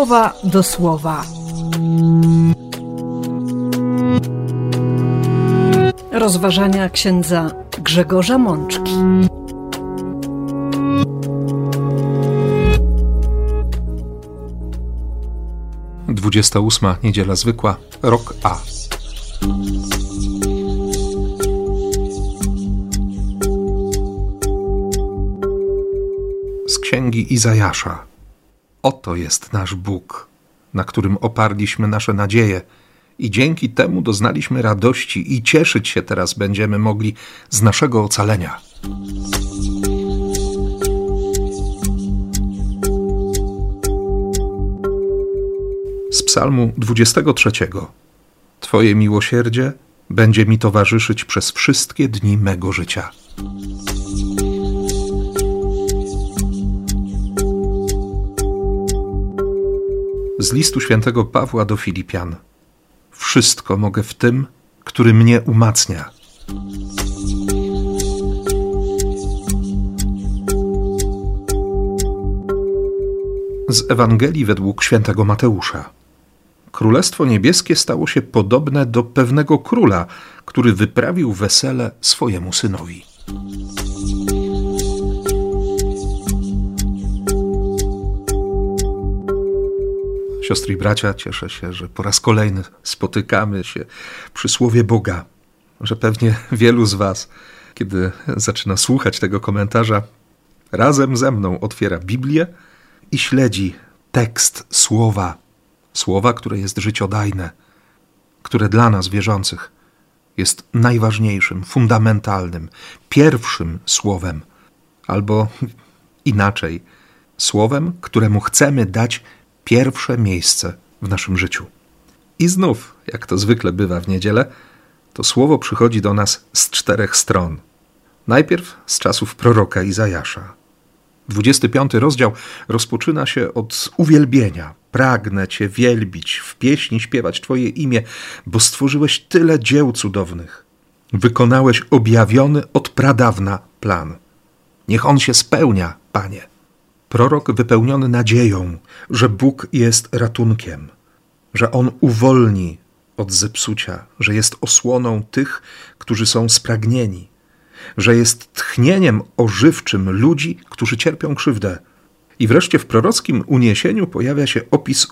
Słowa do słowa. Rozważania księdza Grzegorza Mączki. Dwudziesta 28. Niedziela zwykła, rok A. Z księgi Izajasza. Oto jest nasz Bóg, na którym oparliśmy nasze nadzieje i dzięki temu doznaliśmy radości i cieszyć się teraz będziemy mogli z naszego ocalenia. Z psalmu 23. Twoje miłosierdzie będzie mi towarzyszyć przez wszystkie dni mego życia. Z listu świętego Pawła do Filipian. Wszystko mogę w tym, który mnie umacnia. Z Ewangelii według świętego Mateusza. Królestwo niebieskie stało się podobne do pewnego króla, który wyprawił wesele swojemu synowi. Siostry i bracia, cieszę się, że po raz kolejny spotykamy się przy Słowie Boga, że pewnie wielu z was, kiedy zaczyna słuchać tego komentarza, razem ze mną otwiera Biblię i śledzi tekst Słowa, które jest życiodajne, które dla nas, wierzących, jest najważniejszym, fundamentalnym, pierwszym słowem, albo inaczej, słowem, któremu chcemy dać pierwsze miejsce w naszym życiu. I znów, jak to zwykle bywa w niedzielę, to słowo przychodzi do nas z 4 stron. Najpierw z czasów proroka Izajasza. 25 rozdział rozpoczyna się od uwielbienia. Pragnę Cię wielbić, w pieśni śpiewać Twoje imię, bo stworzyłeś tyle dzieł cudownych. Wykonałeś objawiony od pradawna plan. Niech on się spełnia, Panie. Prorok wypełniony nadzieją, że Bóg jest ratunkiem, że On uwolni od zepsucia, że jest osłoną tych, którzy są spragnieni, że jest tchnieniem ożywczym ludzi, którzy cierpią krzywdę. I wreszcie w prorockim uniesieniu pojawia się opis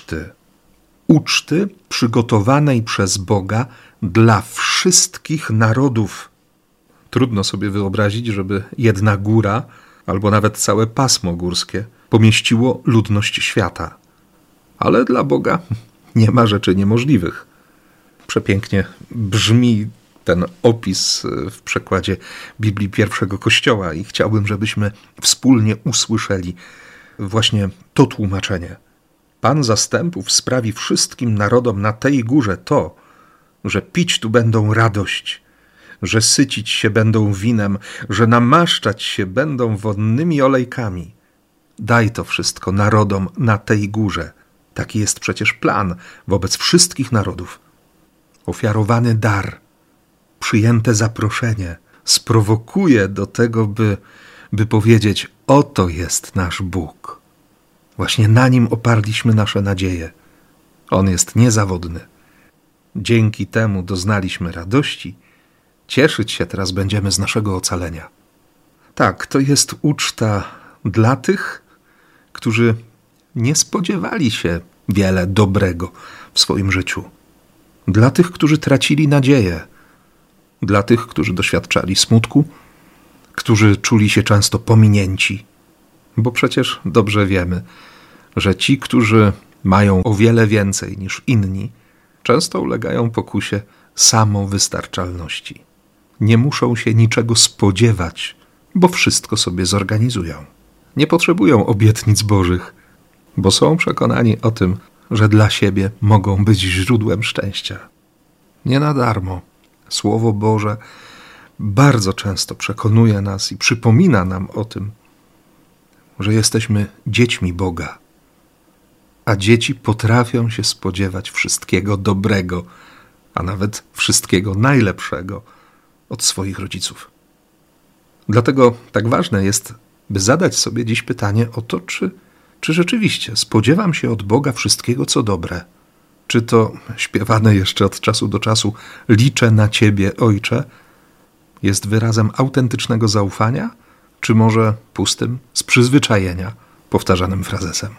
uczty przygotowanej przez Boga dla wszystkich narodów. Trudno sobie wyobrazić, żeby jedna góra albo nawet całe pasmo górskie pomieściło ludność świata. Ale dla Boga nie ma rzeczy niemożliwych. Przepięknie brzmi ten opis w przekładzie Biblii pierwszego Kościoła i chciałbym, żebyśmy wspólnie usłyszeli właśnie to tłumaczenie. Pan zastępów sprawi wszystkim narodom na tej górze to, że pić tu będą radość, że sycić się będą winem, że namaszczać się będą wonnymi olejkami. Daj to wszystko narodom na tej górze. Taki jest przecież plan wobec wszystkich narodów. Ofiarowany dar, przyjęte zaproszenie sprowokuje do tego, by powiedzieć: oto jest nasz Bóg. Właśnie na Nim oparliśmy nasze nadzieje. On jest niezawodny. Dzięki temu doznaliśmy radości. Cieszyć się teraz będziemy z naszego ocalenia. Tak, to jest uczta dla tych, którzy nie spodziewali się wiele dobrego w swoim życiu. Dla tych, którzy tracili nadzieję. Dla tych, którzy doświadczali smutku, którzy czuli się często pominięci. Bo przecież dobrze wiemy, że ci, którzy mają o wiele więcej niż inni, często ulegają pokusie samowystarczalności. Nie muszą się niczego spodziewać, bo wszystko sobie zorganizują. Nie potrzebują obietnic bożych, bo są przekonani o tym, że dla siebie mogą być źródłem szczęścia. Nie na darmo Słowo Boże bardzo często przekonuje nas i przypomina nam o tym, że jesteśmy dziećmi Boga, a dzieci potrafią się spodziewać wszystkiego dobrego, a nawet wszystkiego najlepszego od swoich rodziców. Dlatego tak ważne jest, by zadać sobie dziś pytanie o to, czy Czy rzeczywiście spodziewam się od Boga wszystkiego, co dobre? Czy to śpiewane jeszcze od czasu do czasu liczę na Ciebie, Ojcze, jest wyrazem autentycznego zaufania, czy może pustym z przyzwyczajenia powtarzanym frazesem?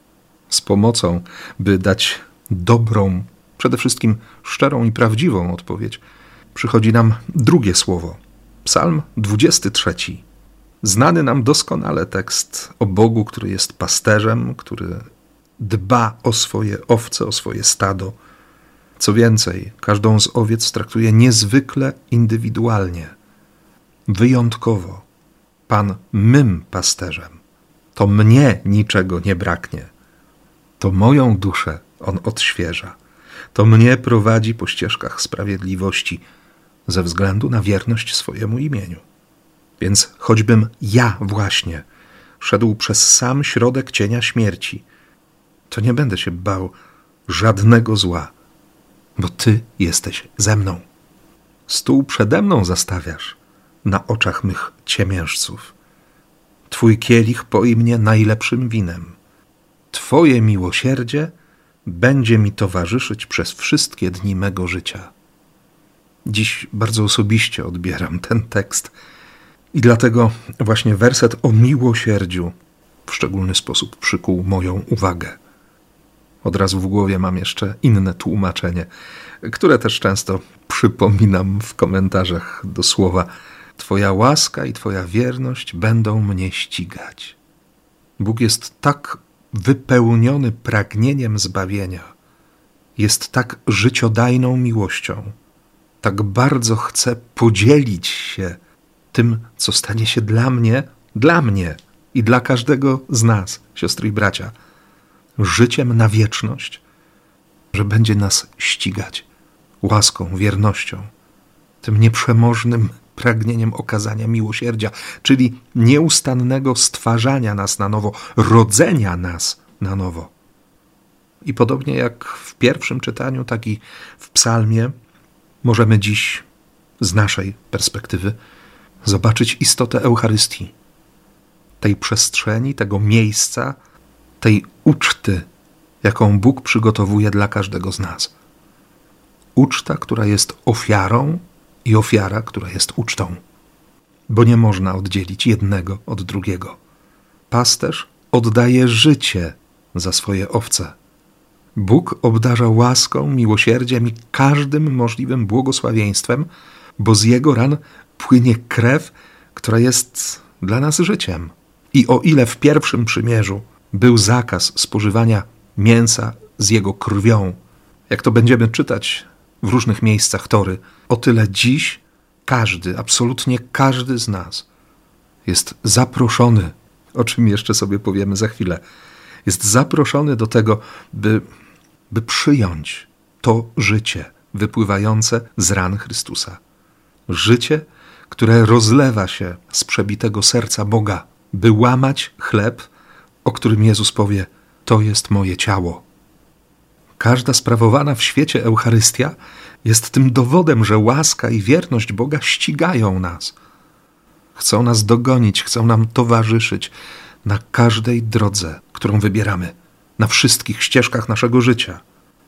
Z pomocą, by dać dobrą, przede wszystkim szczerą i prawdziwą odpowiedź, przychodzi nam drugie słowo. Psalm 23. Znany nam doskonale tekst o Bogu, który jest pasterzem, który dba o swoje owce, o swoje stado. Co więcej, każdą z owiec traktuje niezwykle indywidualnie, wyjątkowo. Pan mym pasterzem. To mnie niczego nie braknie. To moją duszę On odświeża. To mnie prowadzi po ścieżkach sprawiedliwości ze względu na wierność swojemu imieniu. Więc choćbym ja właśnie szedł przez sam środek cienia śmierci, to nie będę się bał żadnego zła, bo Ty jesteś ze mną. Stół przede mną zastawiasz na oczach mych ciemiężców. Twój kielich poi mnie najlepszym winem. Twoje miłosierdzie będzie mi towarzyszyć przez wszystkie dni mego życia. Dziś bardzo osobiście odbieram ten tekst i dlatego właśnie werset o miłosierdziu w szczególny sposób przykuł moją uwagę. Od razu w głowie mam jeszcze inne tłumaczenie, które też często przypominam w komentarzach do słowa. Twoja łaska i Twoja wierność będą mnie ścigać. Bóg jest tak wypełniony pragnieniem zbawienia, jest tak życiodajną miłością, tak bardzo chce podzielić się tym, co stanie się dla mnie i dla każdego z nas, siostry i bracia, życiem na wieczność, że będzie nas ścigać łaską, wiernością, tym nieprzemożnym pragnieniem okazania miłosierdzia, czyli nieustannego stwarzania nas na nowo, rodzenia nas na nowo. I podobnie jak w pierwszym czytaniu, tak i w psalmie możemy dziś z naszej perspektywy zobaczyć istotę Eucharystii, tej przestrzeni, tego miejsca, tej uczty, jaką Bóg przygotowuje dla każdego z nas. Uczta, która jest ofiarą i ofiara, która jest ucztą. Bo nie można oddzielić jednego od drugiego. Pasterz oddaje życie za swoje owce. Bóg obdarza łaską, miłosierdziem i każdym możliwym błogosławieństwem, bo z Jego ran płynie krew, która jest dla nas życiem. I o ile w pierwszym przymierzu był zakaz spożywania mięsa z Jego krwią, jak to będziemy czytać w różnych miejscach Tory, o tyle dziś każdy, absolutnie każdy z nas jest zaproszony, o czym jeszcze sobie powiemy za chwilę, jest zaproszony do tego, by przyjąć to życie wypływające z ran Chrystusa. Życie, które rozlewa się z przebitego serca Boga, by łamać chleb, o którym Jezus powie, to jest moje ciało. Każda sprawowana w świecie Eucharystia jest tym dowodem, że łaska i wierność Boga ścigają nas. Chcą nas dogonić, chcą nam towarzyszyć na każdej drodze, którą wybieramy, na wszystkich ścieżkach naszego życia.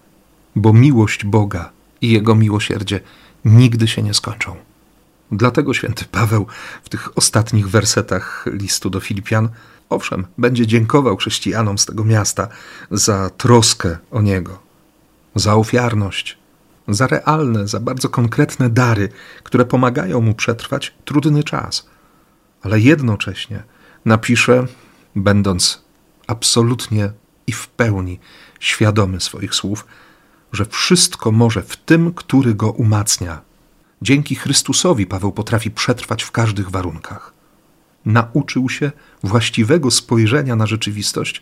Bo miłość Boga i Jego miłosierdzie nigdy się nie skończą. Dlatego święty Paweł w tych ostatnich wersetach listu do Filipian, owszem, będzie dziękował chrześcijanom z tego miasta za troskę o niego, za ofiarność, za realne, za bardzo konkretne dary, które pomagają mu przetrwać trudny czas. Ale jednocześnie napisze, będąc absolutnie i w pełni świadomy swoich słów, że wszystko może w tym, który go umacnia. Dzięki Chrystusowi Paweł potrafi przetrwać w każdych warunkach. Nauczył się właściwego spojrzenia na rzeczywistość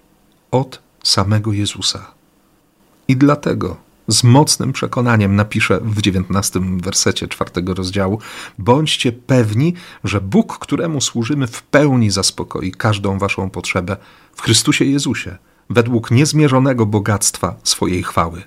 od samego Jezusa. I dlatego z mocnym przekonaniem napisze w 19 wersecie 4 rozdziału: bądźcie pewni, że Bóg, któremu służymy, w pełni zaspokoi każdą waszą potrzebę w Chrystusie Jezusie, według niezmierzonego bogactwa swojej chwały.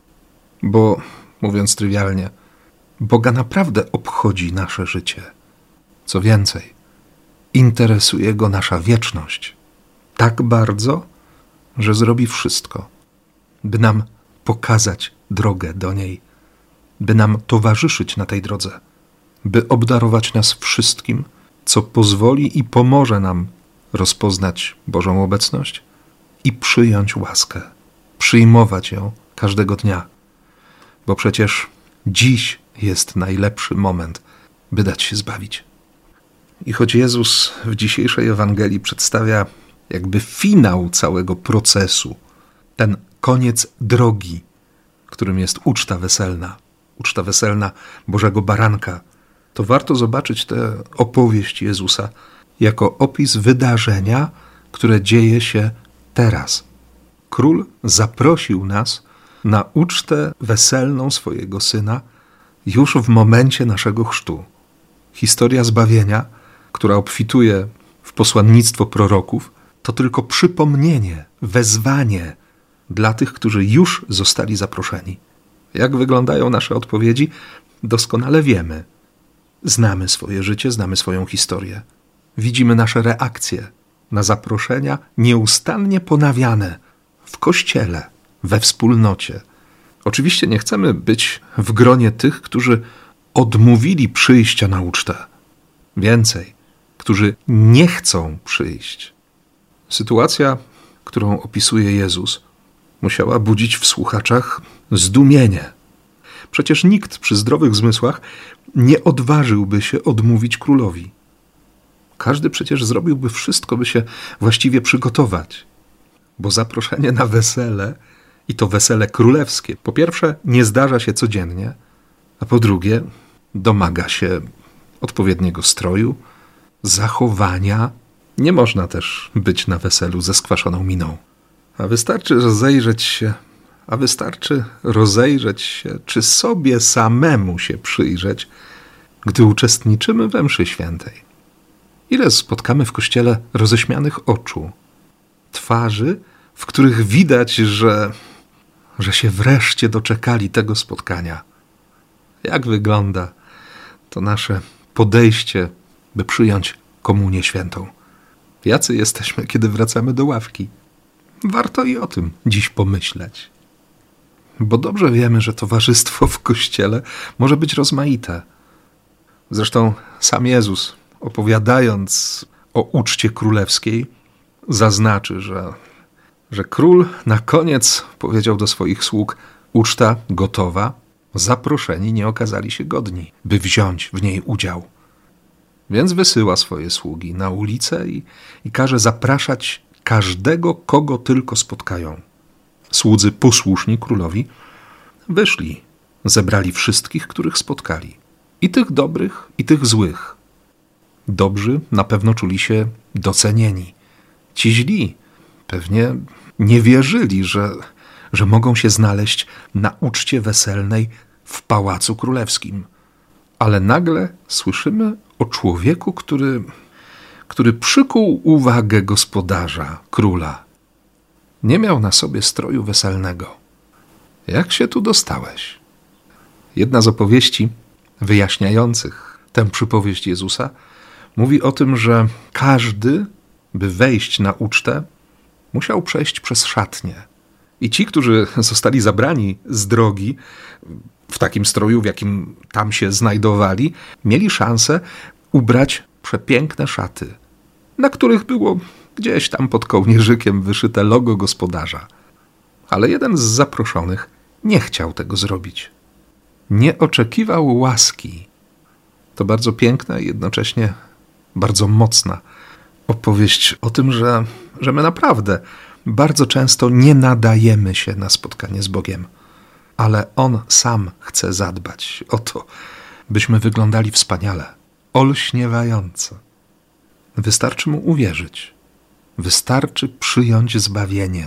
Bo, mówiąc trywialnie, Boga naprawdę obchodzi nasze życie. Co więcej, interesuje Go nasza wieczność. tak bardzo, że zrobi wszystko, by nam pokazać drogę do niej, by nam towarzyszyć na tej drodze, by obdarować nas wszystkim, co pozwoli i pomoże nam rozpoznać Bożą obecność i przyjąć łaskę, przyjmować ją każdego dnia, bo przecież dziś jest najlepszy moment, by dać się zbawić. I choć Jezus w dzisiejszej Ewangelii przedstawia jakby finał całego procesu, ten koniec drogi, którym jest uczta weselna Bożego Baranka, to warto zobaczyć tę opowieść Jezusa jako opis wydarzenia, które dzieje się teraz. Król zaprosił nas na ucztę weselną swojego Syna już w momencie naszego chrztu. Historia zbawienia, która obfituje w posłannictwo proroków, to tylko przypomnienie, wezwanie dla tych, którzy już zostali zaproszeni. Jak wyglądają nasze odpowiedzi? Doskonale wiemy. Znamy swoje życie, znamy swoją historię. Widzimy nasze reakcje na zaproszenia nieustannie ponawiane w Kościele, we wspólnocie. Oczywiście nie chcemy być w gronie tych, którzy odmówili przyjścia na ucztę. Więcej, którzy nie chcą przyjść. Sytuacja, którą opisuje Jezus, musiała budzić w słuchaczach zdumienie. Przecież nikt przy zdrowych zmysłach nie odważyłby się odmówić królowi. Każdy przecież zrobiłby wszystko, by się właściwie przygotować. Bo zaproszenie na wesele, i to wesele królewskie, po pierwsze nie zdarza się codziennie, a po drugie domaga się odpowiedniego stroju, zachowania. Nie można też być na weselu ze skwaszoną miną. Wystarczy rozejrzeć się, czy sobie samemu się przyjrzeć, gdy uczestniczymy we mszy świętej. Ile spotkamy w kościele roześmianych oczu, twarzy, w których widać, że się wreszcie doczekali tego spotkania. Jak wygląda to nasze podejście, by przyjąć komunię świętą? Jacy jesteśmy, kiedy wracamy do ławki? Warto i o tym dziś pomyśleć. Bo dobrze wiemy, że towarzystwo w Kościele może być rozmaite. Zresztą sam Jezus, opowiadając o uczcie królewskiej, zaznaczy, że król na koniec powiedział do swoich sług: uczta gotowa, zaproszeni nie okazali się godni, by wziąć w niej udział. Więc wysyła swoje sługi na ulicę i każe zapraszać każdego, kogo tylko spotkają. Słudzy posłuszni królowi wyszli, zebrali wszystkich, których spotkali. I tych dobrych, i tych złych. Dobrzy na pewno czuli się docenieni. Ci źli pewnie nie wierzyli, że mogą się znaleźć na uczcie weselnej w Pałacu Królewskim. Ale nagle słyszymy o człowieku, który przykuł uwagę gospodarza, króla. Nie miał na sobie stroju weselnego. Jak się tu dostałeś? Jedna z opowieści wyjaśniających tę przypowieść Jezusa mówi o tym, że każdy, by wejść na ucztę, musiał przejść przez szatnię. I ci, którzy zostali zabrani z drogi w takim stroju, w jakim tam się znajdowali, mieli szansę ubrać przepiękne szaty, na których było gdzieś tam pod kołnierzykiem wyszyte logo gospodarza. Ale jeden z zaproszonych nie chciał tego zrobić. Nie oczekiwał łaski. To bardzo piękna i jednocześnie bardzo mocna opowieść o tym, że my naprawdę bardzo często nie nadajemy się na spotkanie z Bogiem, ale On sam chce zadbać o to, byśmy wyglądali wspaniale, olśniewająco. Wystarczy Mu uwierzyć. Wystarczy przyjąć zbawienie.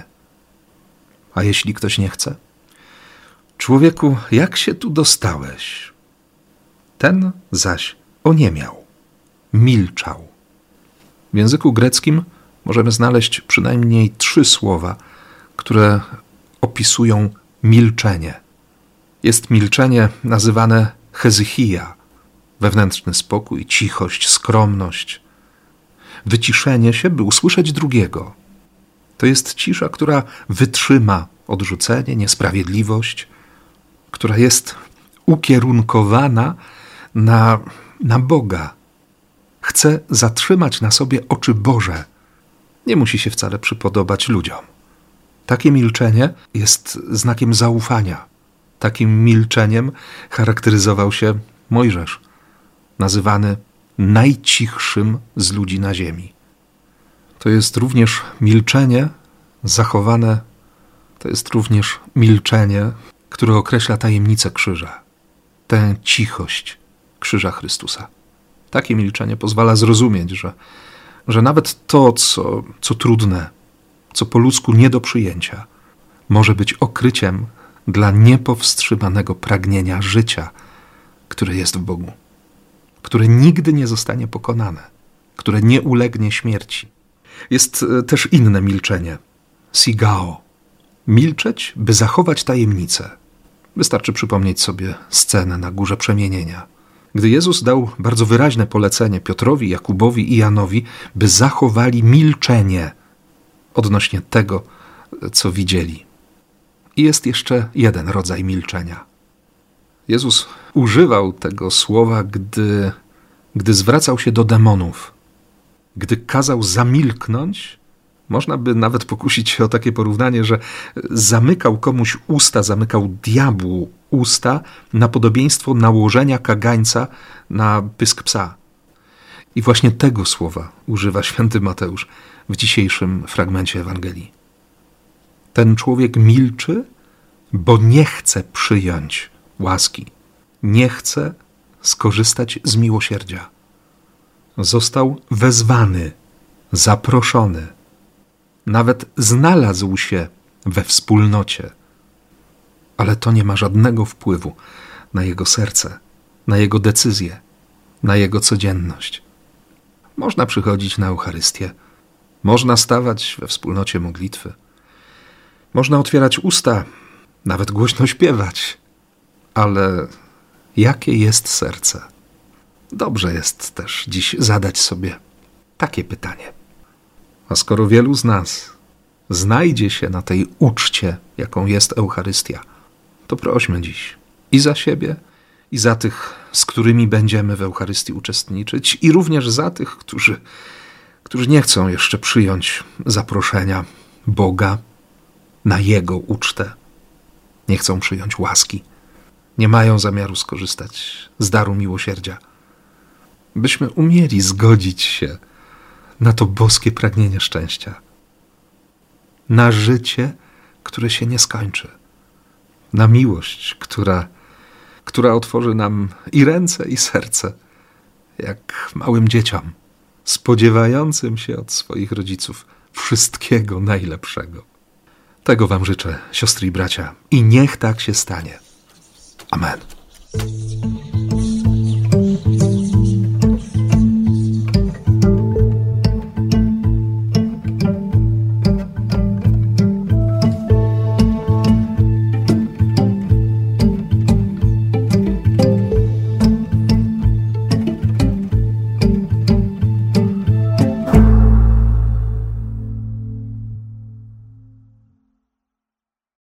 A jeśli ktoś nie chce? Człowieku, jak się tu dostałeś? Ten zaś oniemiał, milczał. W języku greckim możemy znaleźć przynajmniej 3 słowa, które opisują milczenie. Jest milczenie nazywane hezychia, wewnętrzny spokój, cichość, skromność. Wyciszenie się, by usłyszeć drugiego. To jest cisza, która wytrzyma odrzucenie, niesprawiedliwość, która jest ukierunkowana na Boga. Chce zatrzymać na sobie oczy Boże. Nie musi się wcale przypodobać ludziom. Takie milczenie jest znakiem zaufania. Takim milczeniem charakteryzował się Mojżesz, nazywany najcichszym z ludzi na ziemi. To jest również milczenie zachowane, to jest również milczenie, które określa tajemnicę krzyża, tę cichość krzyża Chrystusa. Takie milczenie pozwala zrozumieć, że nawet to, co trudne, co po ludzku nie do przyjęcia, może być okryciem dla niepowstrzymanego pragnienia życia, które jest w Bogu, które nigdy nie zostanie pokonane, które nie ulegnie śmierci. Jest też inne milczenie, sigao. Milczeć, by zachować tajemnicę. Wystarczy przypomnieć sobie scenę na Górze Przemienienia, gdy Jezus dał bardzo wyraźne polecenie Piotrowi, Jakubowi i Janowi, by zachowali milczenie odnośnie tego, co widzieli. I jest jeszcze jeden rodzaj milczenia. Jezus używał tego słowa, gdy zwracał się do demonów. Gdy kazał zamilknąć, można by nawet pokusić się o takie porównanie, że zamykał komuś usta, zamykał diabłu usta na podobieństwo nałożenia kagańca na pysk psa. I właśnie tego słowa używa święty Mateusz w dzisiejszym fragmencie Ewangelii. Ten człowiek milczy, bo nie chce przyjąć łaski, nie chce skorzystać z miłosierdzia. Został wezwany, zaproszony, nawet znalazł się we wspólnocie, ale to nie ma żadnego wpływu na jego serce, na jego decyzje, na jego codzienność. Można przychodzić na Eucharystię, można stawać we wspólnocie modlitwy, można otwierać usta, nawet głośno śpiewać, ale jakie jest serce? Dobrze jest też dziś zadać sobie takie pytanie. A skoro wielu z nas znajdzie się na tej uczcie, jaką jest Eucharystia, to prośmy dziś i za siebie, i za tych, z którymi będziemy w Eucharystii uczestniczyć, i również za tych, którzy nie chcą jeszcze przyjąć zaproszenia Boga na Jego ucztę, nie chcą przyjąć łaski, nie mają zamiaru skorzystać z daru miłosierdzia, byśmy umieli zgodzić się na to boskie pragnienie szczęścia, na życie, które się nie skończy, na miłość, która otworzy nam i ręce, i serce, jak małym dzieciom, spodziewającym się od swoich rodziców wszystkiego najlepszego. Tego wam życzę, siostry i bracia, i niech tak się stanie. Amen.